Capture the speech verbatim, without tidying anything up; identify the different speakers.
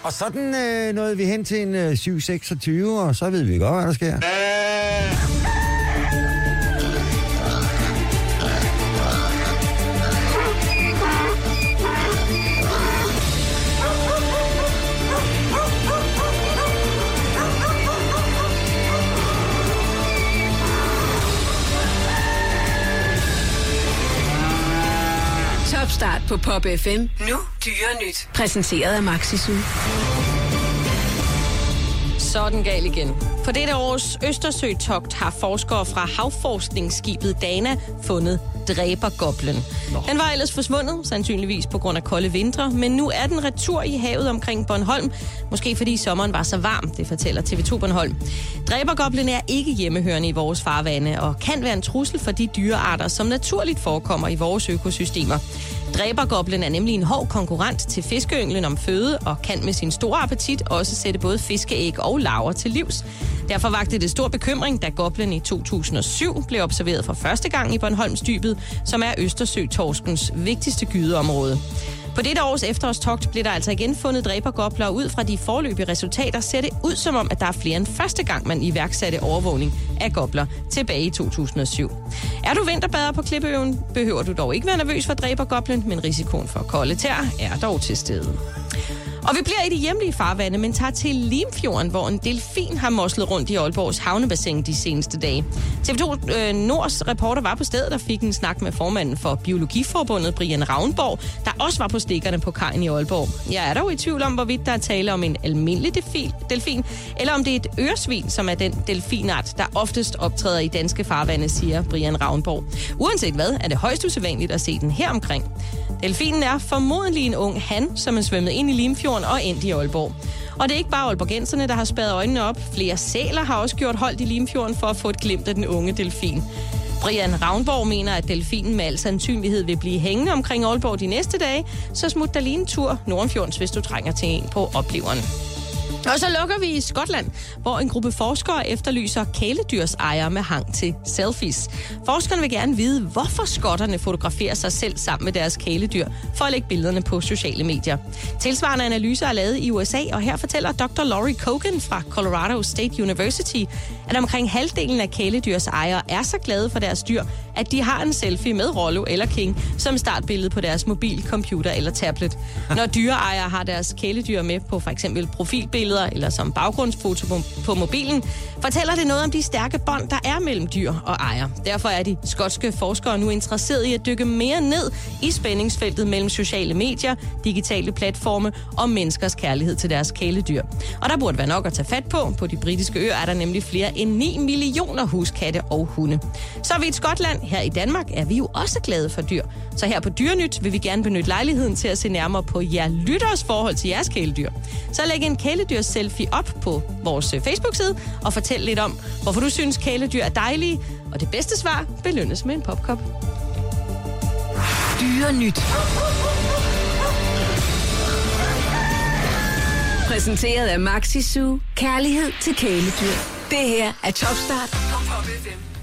Speaker 1: Og sådan øh, nåede vi hen til en øh, syv seksogtyve, og så ved vi godt, hvad der sker.
Speaker 2: Start på Pop F M. Nu dyre nyt. Præsenteret af Maxisu.
Speaker 3: Sådan gal igen. På dette års Østersøtogt har forskere fra havforskningsskibet Dana fundet dræbergoblen. Nå. Den var ellers forsvundet, sandsynligvis på grund af kolde vintre, men nu er den retur i havet omkring Bornholm, måske fordi sommeren var så varm, det fortæller T V to Bornholm. Dræbergoblen er ikke hjemmehørende i vores farvande og kan være en trussel for de dyrearter, som naturligt forekommer i vores økosystemer. Dræbergoblen er nemlig en hård konkurrent til fiskeynglen om føde og kan med sin store appetit også sætte både fiskeæg og larver til livs. Derfor vakte det stor bekymring, da goblen i to tusind og syv blev observeret for første gang i Bornholmsdybet, som er Østersøtorskens vigtigste gydeområde. På dette års efterårstogt blev der altså igen fundet dræbergobler, og ud fra de foreløbige resultater ser det ud som om, at der er flere end første gang, man iværksatte overvågning af gobler tilbage i to tusind og syv. Er du vinterbader på Klippeøen, behøver du dog ikke være nervøs for dræbergoblen, men risikoen for kolde tær er dog til stede. Og vi bliver i de hjemlige farvande, men tager til Limfjorden, hvor en delfin har moslet rundt i Aalborgs havnebassin de seneste dage. T V to øh, Nords reporter var på stedet og fik en snak med formanden for Biologiforbundet, Brian Ravnborg, der også var på stikkerne på kajen i Aalborg. Jeg er dog i tvivl om, hvorvidt der er tale om en almindelig delfin, eller om det er et øresvin, som er den delfinart, der oftest optræder i danske farvande, siger Brian Ravnborg. Uanset hvad, er det højst usædvanligt at se den her omkring. Delfinen er formodentlig en ung han, som er svømmet ind i Limfjorden og ind i Aalborg. Og det er ikke bare aalborgenserne, der har spærret øjnene op. Flere sæler har også gjort holdt i Limfjorden for at få et glimt af den unge delfin. Brian Ravnborg mener, at delfinen med al sandsynlighed vil blive hængende omkring Aalborg de næste dage, så smut der lige en tur Nordenfjords, hvis du trænger til en på opleveren. Og så lukker vi i Skotland, hvor en gruppe forskere efterlyser kæledyrsejere med hang til selfies. Forskerne vil gerne vide, hvorfor skotterne fotograferer sig selv sammen med deres kæledyr, for at lægge billederne på sociale medier. Tilsvarende analyser er lavet i U S A, og her fortæller doktor Laurie Kogan fra Colorado State University, at omkring halvdelen af kæledyrsejere er så glade for deres dyr, at de har en selfie med Rollo eller King som startbillede på deres mobil, computer eller tablet. Når dyreejere har deres kæledyr med på for eksempel profilbilleder eller som baggrundsfoto på, på mobilen, fortæller det noget om de stærke bånd, der er mellem dyr og ejer. Derfor er de skotske forskere nu interesserede i at dykke mere ned i spændingsfeltet mellem sociale medier, digitale platforme og menneskers kærlighed til deres kæledyr. Og der burde være nok at tage fat på. På de britiske øer er der nemlig flere end ni millioner huskatte og hunde. Så er vi i Skotland. Her i Danmark er vi jo også glade for dyr. Så her på Dyrenyt vil vi gerne benytte lejligheden til at se nærmere på jer lytteres forhold til jeres kæledyr. Så læg en kæledyrs selfie op på vores Facebook-side og fortæl lidt om, hvorfor du synes kæledyr er dejlige. Og det bedste svar belønnes med en popkop.
Speaker 2: Dyrenyt. Præsenteret af Maxisu. Kærlighed til kæledyr. Det her er Topstart på Pop F M.